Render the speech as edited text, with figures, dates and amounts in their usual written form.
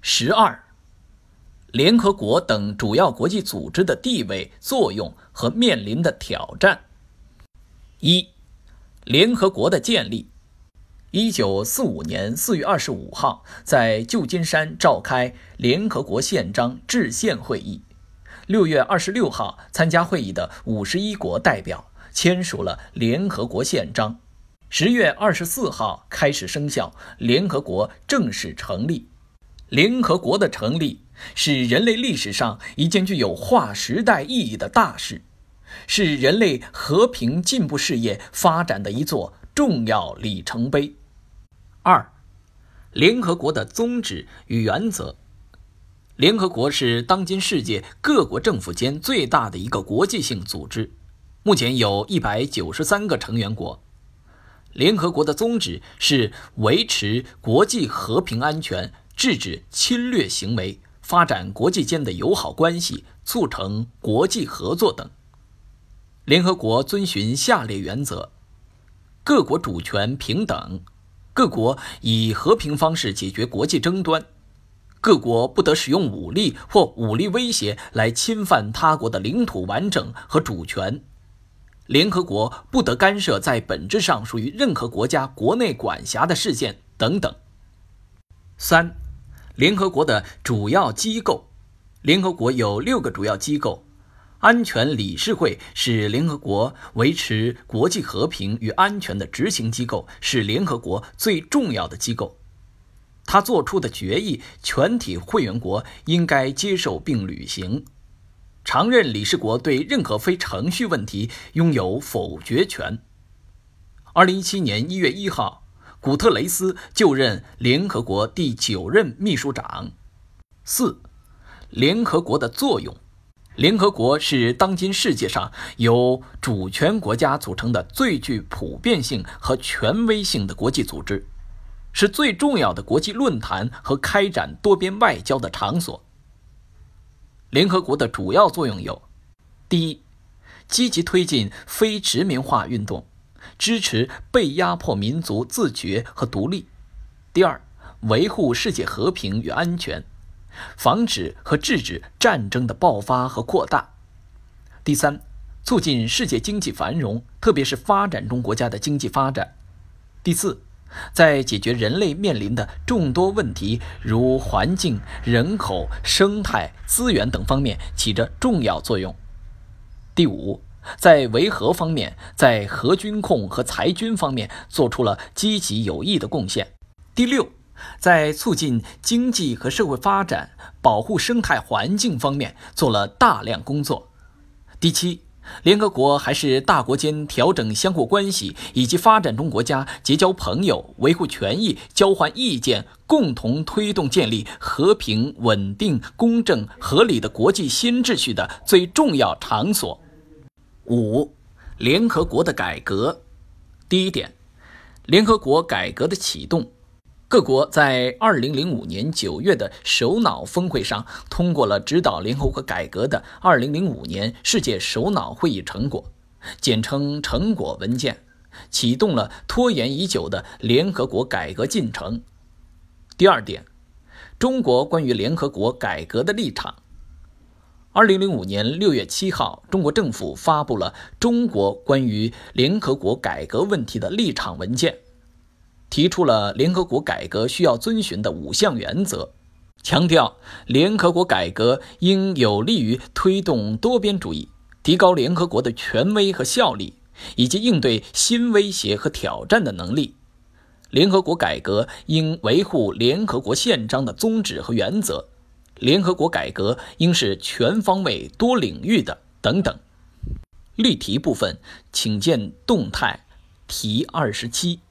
12. 联合国等主要国际组织的地位、作用和面临的挑战。1. 联合国的建立。1945年4月25号，在旧金山召开联合国宪章制宪会议。6月26号，参加会议的51国代表签署了联合国宪章。10月24号开始生效，联合国正式成立。联合国的成立是人类历史上一件具有划时代意义的大事，是人类和平进步事业发展的一座重要里程碑。2. 联合国的宗旨与原则。联合国是当今世界各国政府间最大的一个国际性组织，目前有193个成员国。联合国的宗旨是维持国际和平安全，制止侵略行为，发展国际间的友好关系，促成国际合作等。联合国遵循下列原则：各国主权平等，各国以和平方式解决国际争端，各国不得使用武力或武力威胁来侵犯他国的领土完整和主权，联合国不得干涉在本质上属于任何国家国内管辖的事件等等。3. 联合国的主要机构。联合国有6个主要机构。安全理事会是联合国维持国际和平与安全的执行机构，是联合国最重要的机构。它做出的决议，全体会员国应该接受并履行。常任理事国对任何非程序问题拥有否决权。2017年1月1号，古特雷斯就任联合国第9任秘书长。4. 联合国的作用。联合国是当今世界上由主权国家组成的最具普遍性和权威性的国际组织，是最重要的国际论坛和开展多边外交的场所。联合国的主要作用有：第一，积极推进非殖民化运动，支持被压迫民族自决和独立；第二，维护世界和平与安全，防止和制止战争的爆发和扩大；第三，促进世界经济繁荣，特别是发展中国家的经济发展；第四，在解决人类面临的众多问题，如环境、人口、生态、资源等方面起着重要作用；第五，在维和方面，在核军控和裁军方面做出了积极有益的贡献；第六，在促进经济和社会发展、保护生态环境方面做了大量工作；第七，联合国还是大国间调整相互关系以及发展中国家结交朋友、维护权益、交换意见、共同推动建立和平、稳定、公正、合理的国际新秩序的最重要场所。5. 联合国的改革。第一点，联合国改革的启动。各国在2005年9月的首脑峰会上通过了指导联合国改革的2005年世界首脑会议成果，简称成果文件，启动了拖延已久的联合国改革进程。第二点，中国关于联合国改革的立场。2005年6月7号，中国政府发布了中国关于联合国改革问题的立场文件，提出了联合国改革需要遵循的5项原则，强调联合国改革应有利于推动多边主义，提高联合国的权威和效力，以及应对新威胁和挑战的能力。联合国改革应维护联合国宪章的宗旨和原则，联合国改革应是全方位多领域的等等。例题部分请见动态题27。